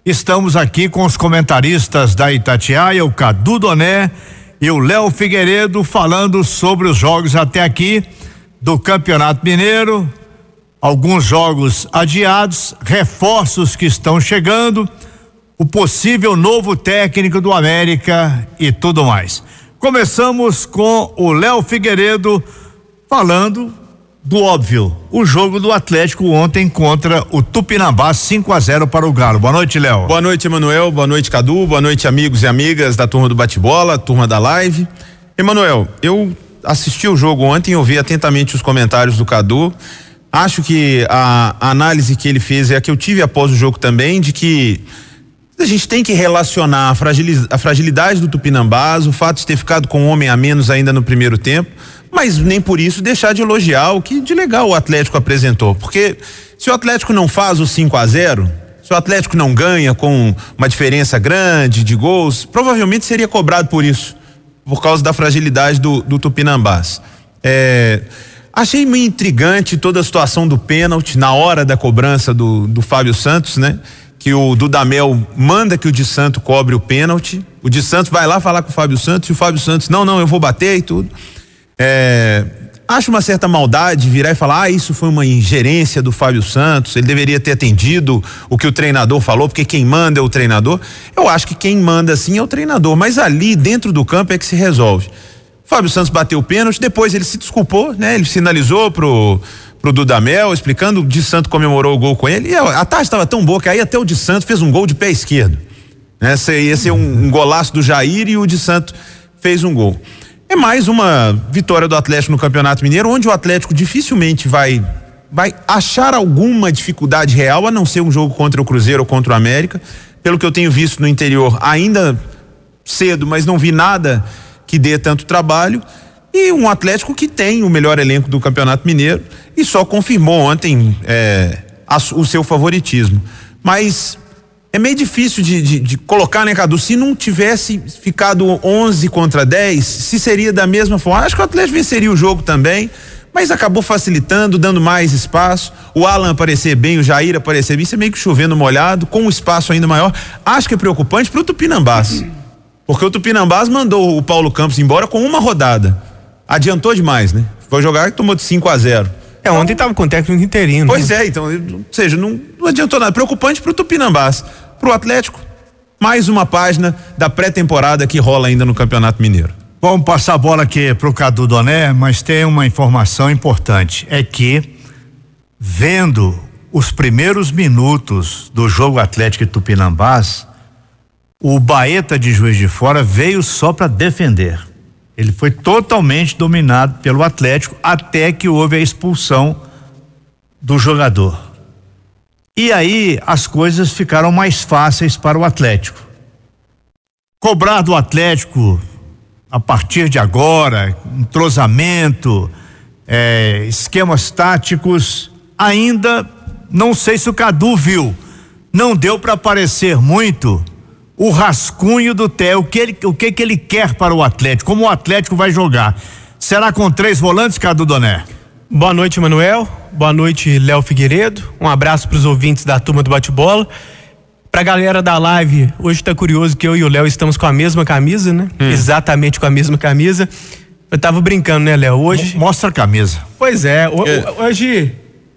Estamos aqui com os comentaristas da Itatiaia, o Cadu Doné e o Léo Figueiredo, falando sobre os jogos até aqui do Campeonato Mineiro, alguns jogos adiados, reforços que estão chegando, o possível novo técnico do América e tudo mais. Começamos com o Léo Figueiredo falando do óbvio, o jogo do Atlético ontem contra o Tupinambás, 5-0 para o Galo. Boa noite, Léo. Boa noite, Emanuel. Boa noite, Cadu. Boa noite, amigos e amigas da turma do Bate-Bola, turma da live. Emanuel, eu assisti o jogo ontem, ouvi atentamente os comentários do Cadu. Acho que a análise que ele fez é a que eu tive após o jogo também, de que a gente tem que relacionar a fragilidade do Tupinambás, o fato de ter ficado com um homem a menos ainda no primeiro tempo, mas nem por isso deixar de elogiar o que de legal o Atlético apresentou, porque se o Atlético não faz o 5-0, se o Atlético não ganha com uma diferença grande de gols, provavelmente seria cobrado por isso, por causa da fragilidade do Tupinambás. Achei meio intrigante toda a situação do pênalti na hora da cobrança do Fábio Santos, né? Que o Dudamel manda que o Di Santo cobre o pênalti, o Di Santo vai lá falar com o Fábio Santos e o Fábio Santos, não, eu vou bater e tudo. Acho uma certa maldade virar e falar, isso foi uma ingerência do Fábio Santos, ele deveria ter atendido o que o treinador falou, porque quem manda é o treinador. Eu acho que quem manda sim é o treinador, mas ali dentro do campo é que se resolve. Fábio Santos bateu o pênalti, depois ele se desculpou, né? Ele sinalizou pro Dudamel, explicando, o Di Santo comemorou o gol com ele, e a tarde estava tão boa que aí até o Di Santo fez um gol de pé esquerdo, né? Ia ser um golaço do Jair e o Di Santo fez um gol. É mais uma vitória do Atlético no Campeonato Mineiro, onde o Atlético dificilmente vai achar alguma dificuldade real, a não ser um jogo contra o Cruzeiro ou contra o América. Pelo que eu tenho visto no interior, ainda cedo, mas não vi nada que dê tanto trabalho. E um Atlético que tem o melhor elenco do Campeonato Mineiro e só confirmou ontem o seu favoritismo. Mas é meio difícil de colocar, né, Cadu? Se não tivesse ficado 11-10, se seria da mesma forma. Acho que o Atlético venceria o jogo também, mas acabou facilitando, dando mais espaço. O Alan aparecer bem, o Jair aparecer bem, isso é meio que chovendo molhado, com um espaço ainda maior. Acho que é preocupante pro Tupinambás, porque o Tupinambás mandou o Paulo Campos embora com uma rodada. Adiantou demais, né? Foi jogar e tomou de 5-0. Ontem tava com o técnico interino. Pois é, então, ou seja, não adiantou nada. Preocupante pro Tupinambás. Pro Atlético, mais uma página da pré-temporada que rola ainda no Campeonato Mineiro. Vamos passar a bola aqui pro Cadu Doné, mas tem uma informação importante, é que vendo os primeiros minutos do jogo Atlético e Tupinambás, o Baeta de Juiz de Fora veio só para defender. Ele foi totalmente dominado pelo Atlético até que houve a expulsão do jogador. E aí as coisas ficaram mais fáceis para o Atlético. Cobrar do Atlético a partir de agora, entrosamento, esquemas táticos, ainda não sei se o Cadu viu. Não deu para aparecer muito o rascunho do Té, o que ele quer para o Atlético, como o Atlético vai jogar. Será com 3 volantes, Cadu Doné? Boa noite, Manuel. Boa noite, Léo Figueiredo. Um abraço para os ouvintes da turma do Bate-Bola. Pra galera da live, hoje tá curioso que eu e o Léo estamos com a mesma camisa, né? Exatamente com a mesma camisa. Eu tava brincando, né, Léo? Hoje. Mostra a camisa. Pois é, hoje.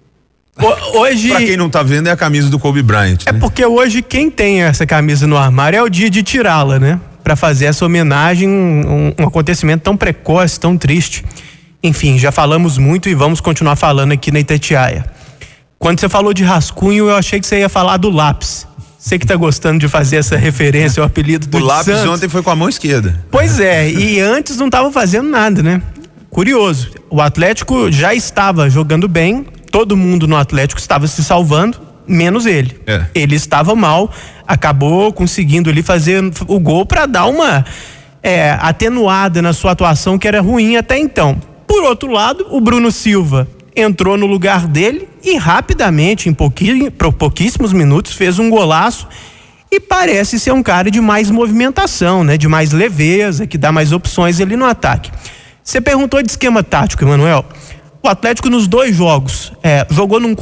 Pra quem não tá vendo, é a camisa do Kobe Bryant. É, né? Porque hoje quem tem essa camisa no armário é o dia de tirá-la, né? Pra fazer essa homenagem, um acontecimento tão precoce, tão triste. Enfim, já falamos muito e vamos continuar falando aqui na Itatiaia. Quando você falou de rascunho, eu achei que você ia falar do lápis. Você que tá gostando de fazer essa referência ao apelido do O lápis Santos. Ontem foi com a mão esquerda. Pois é, e antes não tava fazendo nada, né? Curioso, o Atlético já estava jogando bem, todo mundo no Atlético estava se salvando, menos ele. Ele estava mal, acabou conseguindo ali fazer o gol para dar uma atenuada na sua atuação, que era ruim até então. Por outro lado, o Bruno Silva entrou no lugar dele e rapidamente, em pouquíssimos minutos, fez um golaço e parece ser um cara de mais movimentação, né? De mais leveza, que dá mais opções ali no ataque. Você perguntou de esquema tático, Emanuel. O Atlético nos 2 jogos jogou num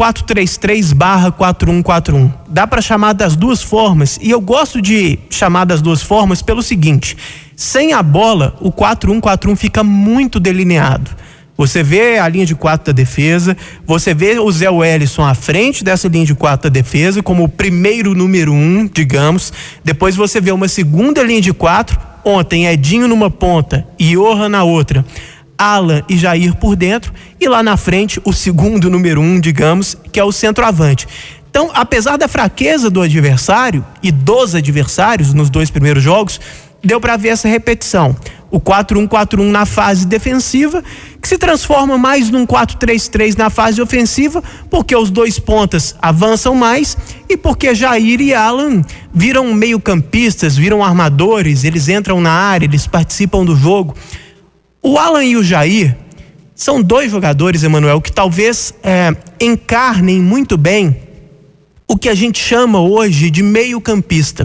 4-3-3/4-1-4-1. Dá para chamar das duas formas, e eu gosto de chamar das duas formas pelo seguinte: sem a bola, o 4-1-4-1 fica muito delineado. Você vê a linha de 4 da defesa, você vê o Zé Wellison à frente dessa linha de 4 da defesa, como o primeiro número 1, digamos. Depois você vê uma segunda linha de 4, ontem Edinho numa ponta e Johan na outra, Alan e Jair por dentro, e lá na frente o segundo número 1, digamos, que é o centroavante. Então, apesar da fraqueza do adversário e dos adversários nos 2 primeiros jogos, deu para ver essa repetição. O 4-1-4-1 na fase defensiva, que se transforma mais num 4-3-3 na fase ofensiva, porque os 2 pontas avançam mais e porque Jair e Alan viram meio-campistas, viram armadores, eles entram na área, eles participam do jogo. O Alan e o Jair são 2 jogadores, Emanuel, que talvez encarnem muito bem o que a gente chama hoje de meio-campista.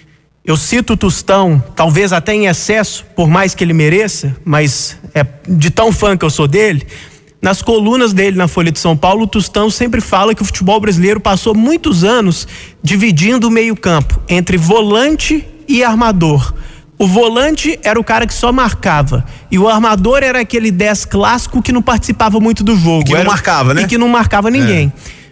Eu cito o Tostão, talvez até em excesso, por mais que ele mereça, mas de tão fã que eu sou dele. Nas colunas dele na Folha de São Paulo, o Tostão sempre fala que o futebol brasileiro passou muitos anos dividindo o meio-campo entre volante e armador. O volante era o cara que só marcava, e o armador era aquele 10 clássico que não participava muito do jogo. Que não marcava, né? E que não marcava ninguém.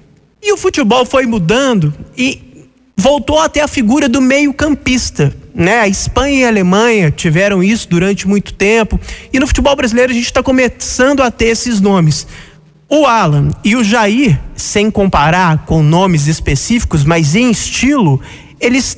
E o futebol foi mudando e voltou até a figura do meio-campista, né? A Espanha e a Alemanha tiveram isso durante muito tempo, e no futebol brasileiro a gente está começando a ter esses nomes. O Alan e o Jair, sem comparar com nomes específicos, mas em estilo, eles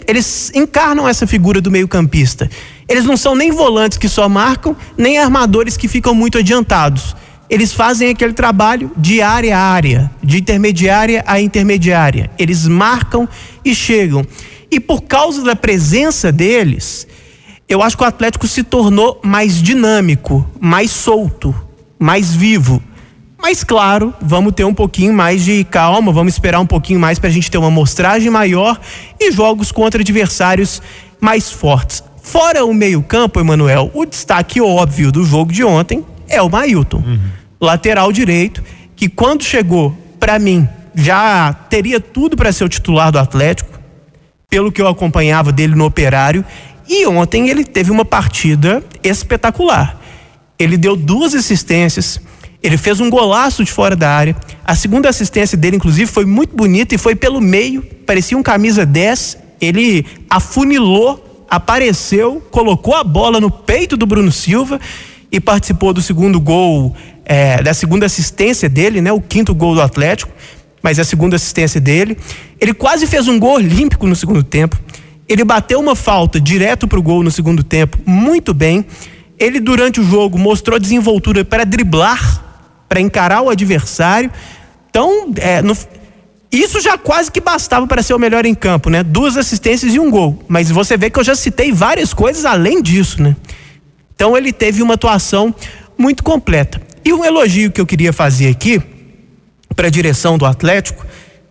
encarnam essa figura do meio-campista. Eles não são nem volantes que só marcam, nem armadores que ficam muito adiantados. Eles fazem aquele trabalho de área a área, de intermediária a intermediária. Eles marcam e chegam. E por causa da presença deles, eu acho que o Atlético se tornou mais dinâmico, mais solto, mais vivo. Mas claro, vamos ter um pouquinho mais de calma, vamos esperar um pouquinho mais para a gente ter uma amostragem maior e jogos contra adversários mais fortes. Fora o meio-campo, Emanuel, o destaque óbvio do jogo de ontem é o Mailton, lateral direito, que quando chegou, para mim, já teria tudo para ser o titular do Atlético, pelo que eu acompanhava dele no Operário, e ontem ele teve uma partida espetacular. Ele deu 2 assistências, ele fez um golaço de fora da área, a segunda assistência dele, inclusive, foi muito bonita e foi pelo meio, parecia um camisa 10, ele afunilou, apareceu, colocou a bola no peito do Bruno Silva e participou do segundo gol, da segunda assistência dele, né? O 5º gol do Atlético, mas a segunda assistência dele. Ele quase fez um gol olímpico no segundo tempo. Ele bateu uma falta direto pro gol no segundo tempo, muito bem. Ele, durante o jogo, mostrou desenvoltura para driblar, para encarar o adversário. Então, isso já quase que bastava para ser o melhor em campo, né? 2 assistências e um gol. Mas você vê que eu já citei várias coisas além disso, né? Então ele teve uma atuação muito completa. E um elogio que eu queria fazer aqui para a direção do Atlético.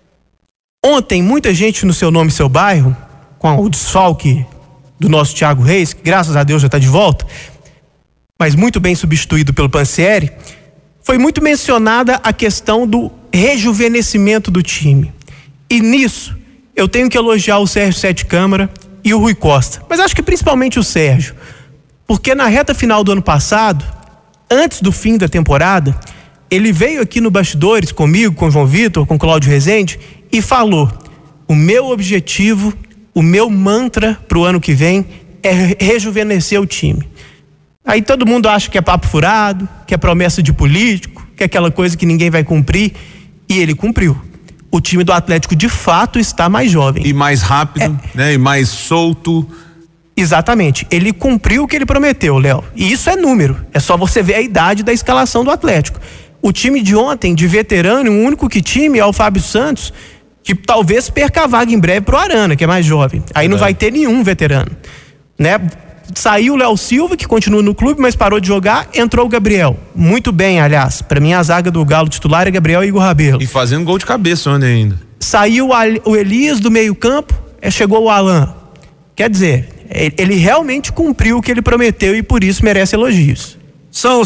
Ontem, muita gente no Seu Nome, Seu Bairro, com o desfalque do nosso Thiago Reis, que graças a Deus já está de volta, mas muito bem substituído pelo Pansieri, foi muito mencionada a questão do rejuvenescimento do time. E nisso, eu tenho que elogiar o Sérgio Sete Câmara e o Rui Costa, mas acho que principalmente o Sérgio, porque na reta final do ano passado, antes do fim da temporada, ele veio aqui no Bastidores comigo, com o João Vitor, com o Cláudio Rezende e falou: o meu objetivo, o meu mantra pro ano que vem é rejuvenescer o time. Aí todo mundo acha que é papo furado, que é promessa de político, que é aquela coisa que ninguém vai cumprir, e ele cumpriu. O time do Atlético de fato está mais jovem. E mais rápido, né? E mais solto. Exatamente, ele cumpriu o que ele prometeu, Léo, e isso é número, é só você ver a idade da escalação do Atlético. O time de ontem, de veterano, o único que time é o Fábio Santos, que talvez perca a vaga em breve pro Arana, que é mais jovem, aí não vai ter nenhum veterano, né? Saiu o Léo Silva, que continua no clube, mas parou de jogar, entrou o Gabriel, muito bem, aliás, pra mim a zaga do Galo titular é Gabriel e Igor Rabelo. E fazendo gol de cabeça ontem ainda. Saiu o Elias do meio campo, chegou o Alan, quer dizer, ele realmente cumpriu o que ele prometeu e por isso merece elogios. São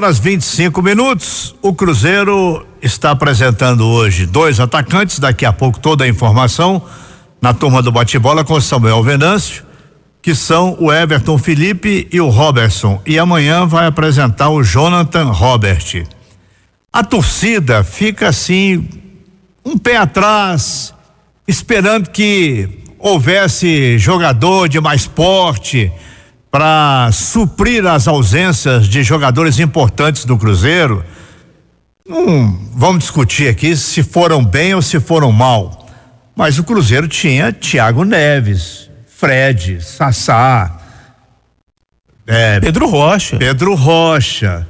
6h25. O Cruzeiro está apresentando hoje 2 atacantes. Daqui a pouco toda a informação na turma do bate-bola com o Samuel Venâncio, que são o Everton Felipe e o Robertson. E amanhã vai apresentar o Jonathan Robert. A torcida fica assim, um pé atrás, esperando que houvesse jogador de mais porte para suprir as ausências de jogadores importantes do Cruzeiro. Vamos discutir aqui se foram bem ou se foram mal. Mas o Cruzeiro tinha Thiago Neves, Fred, Sassá, Pedro Rocha,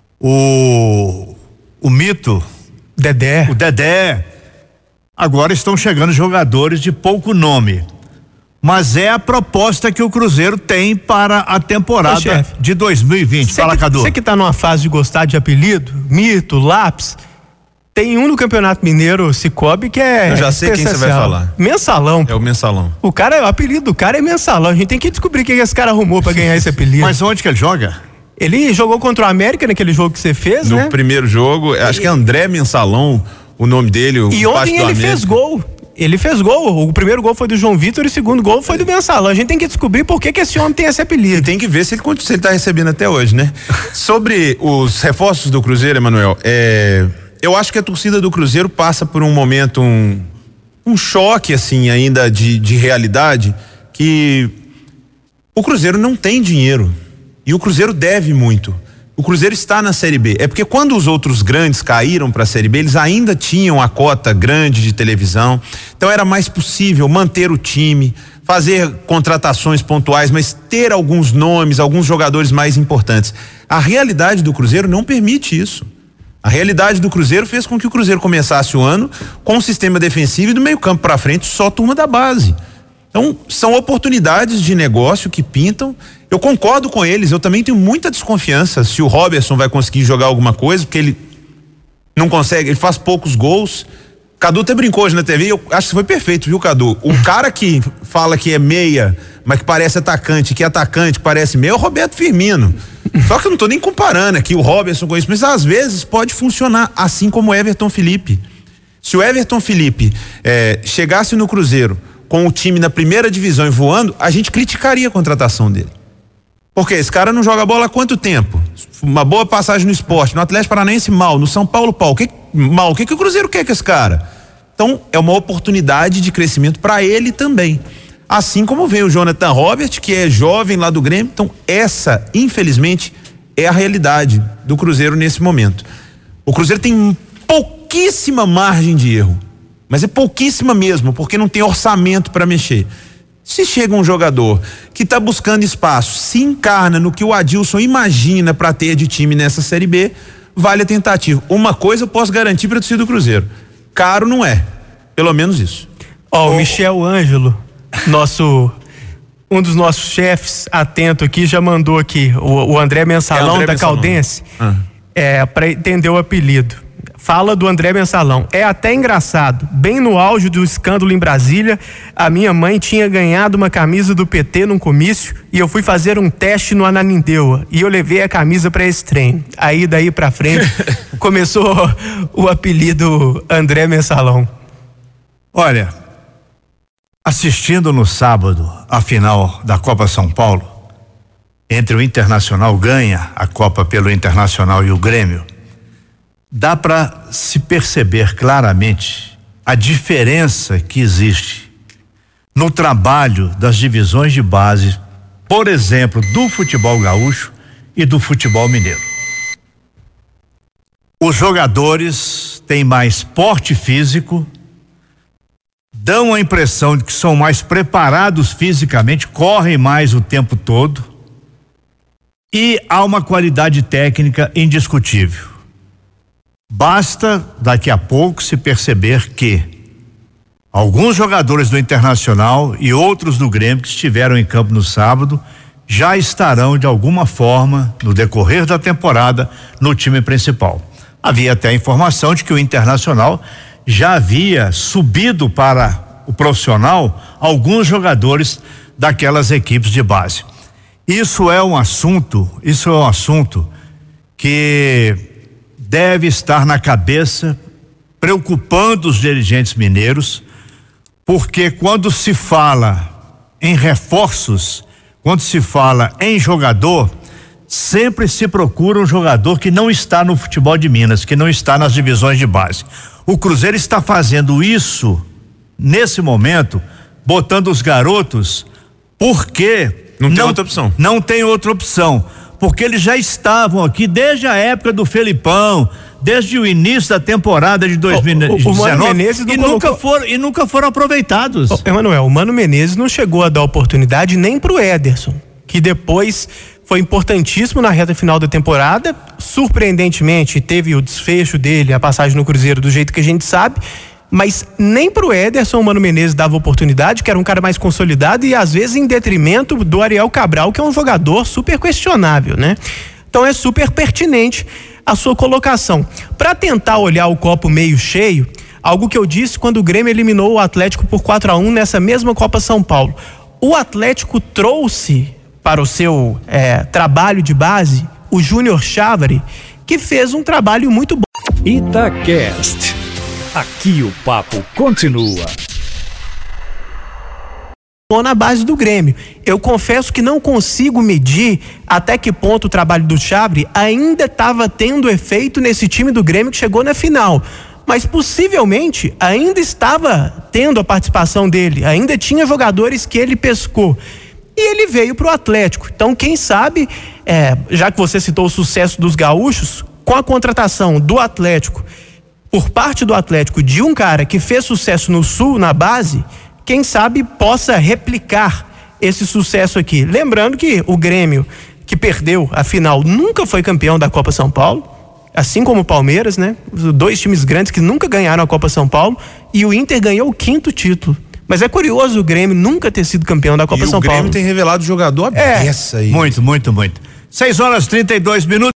o mito Dedé. O Dedé. Agora estão chegando jogadores de pouco nome. Mas é a proposta que o Cruzeiro tem para a temporada de 2020. Fala, Cadu. Você que tá numa fase de gostar de apelido, mito, lápis, tem um no Campeonato Mineiro, Cicobi, que é. Eu já sei quem você vai falar. Mensalão. É o Mensalão. O apelido do cara é Mensalão. A gente tem que descobrir quem esse cara arrumou pra ganhar esse apelido. Mas onde que ele joga? Ele jogou contra o América naquele jogo que você fez, né? No primeiro jogo, acho que é André Mensalão, o nome dele. E ontem ele fez gol. Ele fez gol. O primeiro gol foi do João Vitor e o segundo gol foi do Mensalão. A gente tem que descobrir por que esse homem tem esse apelido. E tem que ver se ele tá recebendo até hoje, né? Sobre os reforços do Cruzeiro, Emanuel, eu acho que a torcida do Cruzeiro passa por um momento, um choque, assim, ainda de realidade, que o Cruzeiro não tem dinheiro. E o Cruzeiro deve muito. O Cruzeiro está na Série B. É porque quando os outros grandes caíram para a Série B, eles ainda tinham a cota grande de televisão. Então era mais possível manter o time, fazer contratações pontuais, mas ter alguns nomes, alguns jogadores mais importantes. A realidade do Cruzeiro não permite isso. A realidade do Cruzeiro fez com que o Cruzeiro começasse o ano com um sistema defensivo e do meio-campo para frente só turma da base. Então, são oportunidades de negócio que pintam. Eu concordo com eles, eu também tenho muita desconfiança se o Robertson vai conseguir jogar alguma coisa, porque ele não consegue, ele faz poucos gols. Cadu até brincou hoje na TV, eu acho que foi perfeito, viu, Cadu? O cara que fala que é meia, mas que parece atacante, que parece meia, é o Roberto Firmino. Só que eu não tô nem comparando aqui o Robertson com isso, mas às vezes pode funcionar, assim como o Everton Felipe. Se o Everton Felipe chegasse no Cruzeiro com o time na primeira divisão e voando, a gente criticaria a contratação dele. Porque esse cara não joga bola há quanto tempo? Uma boa passagem no Sport, no Atlético Paranaense mal, no São Paulo o que o Cruzeiro quer com esse cara? Então é uma oportunidade de crescimento para ele também. Assim como vem o Jonathan Robert, que é jovem lá do Grêmio. Então essa, infelizmente, é a realidade do Cruzeiro nesse momento. O Cruzeiro tem pouquíssima margem de erro, mas é pouquíssima mesmo, porque não tem orçamento para mexer. Se chega um jogador que está buscando espaço, se encarna no que o Adilson imagina para ter de time nessa Série B, vale a tentativa. Uma coisa eu posso garantir para a torcida do Cruzeiro: caro não é, pelo menos isso. O Michel Ângelo, um dos nossos chefes atento aqui, já mandou aqui o André Mensalão André da Mensalão. Caldense, para entender o apelido. Fala do André Mensalão. É até engraçado. Bem no auge do escândalo em Brasília, a minha mãe tinha ganhado uma camisa do PT num comício e eu fui fazer um teste no Ananindeua e eu levei a camisa para esse treino. Aí daí pra frente começou o apelido André Mensalão. Olha, assistindo no sábado a final da Copa São Paulo, entre o Internacional, ganha a Copa pelo Internacional e o Grêmio, dá para se perceber claramente a diferença que existe no trabalho das divisões de base, por exemplo, do futebol gaúcho e do futebol mineiro. Os jogadores têm mais porte físico, dão a impressão de que são mais preparados fisicamente, correm mais o tempo todo e há uma qualidade técnica indiscutível. Basta daqui a pouco se perceber que alguns jogadores do Internacional e outros do Grêmio que estiveram em campo no sábado já estarão de alguma forma no decorrer da temporada no time principal. Havia até a informação de que o Internacional já havia subido para o profissional alguns jogadores daquelas equipes de base. Isso é um assunto que deve estar na cabeça, preocupando os dirigentes mineiros, porque quando se fala em reforços, quando se fala em jogador, sempre se procura um jogador que não está no futebol de Minas, que não está nas divisões de base. O Cruzeiro está fazendo isso nesse momento, botando os garotos, porque não tem outra opção. Não tem outra opção, porque eles já estavam aqui desde a época do Felipão, desde o início da temporada de 2019 e nunca foram aproveitados. Emanuel, o Mano Menezes não chegou a dar oportunidade nem pro Ederson, que depois foi importantíssimo na reta final da temporada, surpreendentemente teve o desfecho dele, a passagem no Cruzeiro do jeito que a gente sabe, mas nem pro Ederson o Mano Menezes dava oportunidade, que era um cara mais consolidado e às vezes em detrimento do Ariel Cabral, que é um jogador super questionável, né? Então é super pertinente a sua colocação. Para tentar olhar o copo meio cheio, algo que eu disse quando o Grêmio eliminou o Atlético por 4-1 nessa mesma Copa São Paulo. O Atlético trouxe para o seu trabalho de base o Júnior Chávari, que fez um trabalho muito bom. Itacast. Aqui o papo continua. Na base do Grêmio. Eu confesso que não consigo medir até que ponto o trabalho do Chávari ainda estava tendo efeito nesse time do Grêmio que chegou na final. Mas possivelmente ainda estava tendo a participação dele, ainda tinha jogadores que ele pescou. E ele veio para o Atlético. Então, quem sabe, já que você citou o sucesso dos gaúchos, com a contratação do Atlético, por parte do Atlético, de um cara que fez sucesso no Sul, na base, quem sabe possa replicar esse sucesso aqui. Lembrando que o Grêmio, que perdeu a final, nunca foi campeão da Copa São Paulo, assim como o Palmeiras, né? Os dois times grandes que nunca ganharam a Copa São Paulo, e o Inter ganhou o 5º título. Mas é curioso o Grêmio nunca ter sido campeão da Copa São Paulo. E o Grêmio tem revelado jogador a beça aí. Muito. 6 horas e 32 minutos.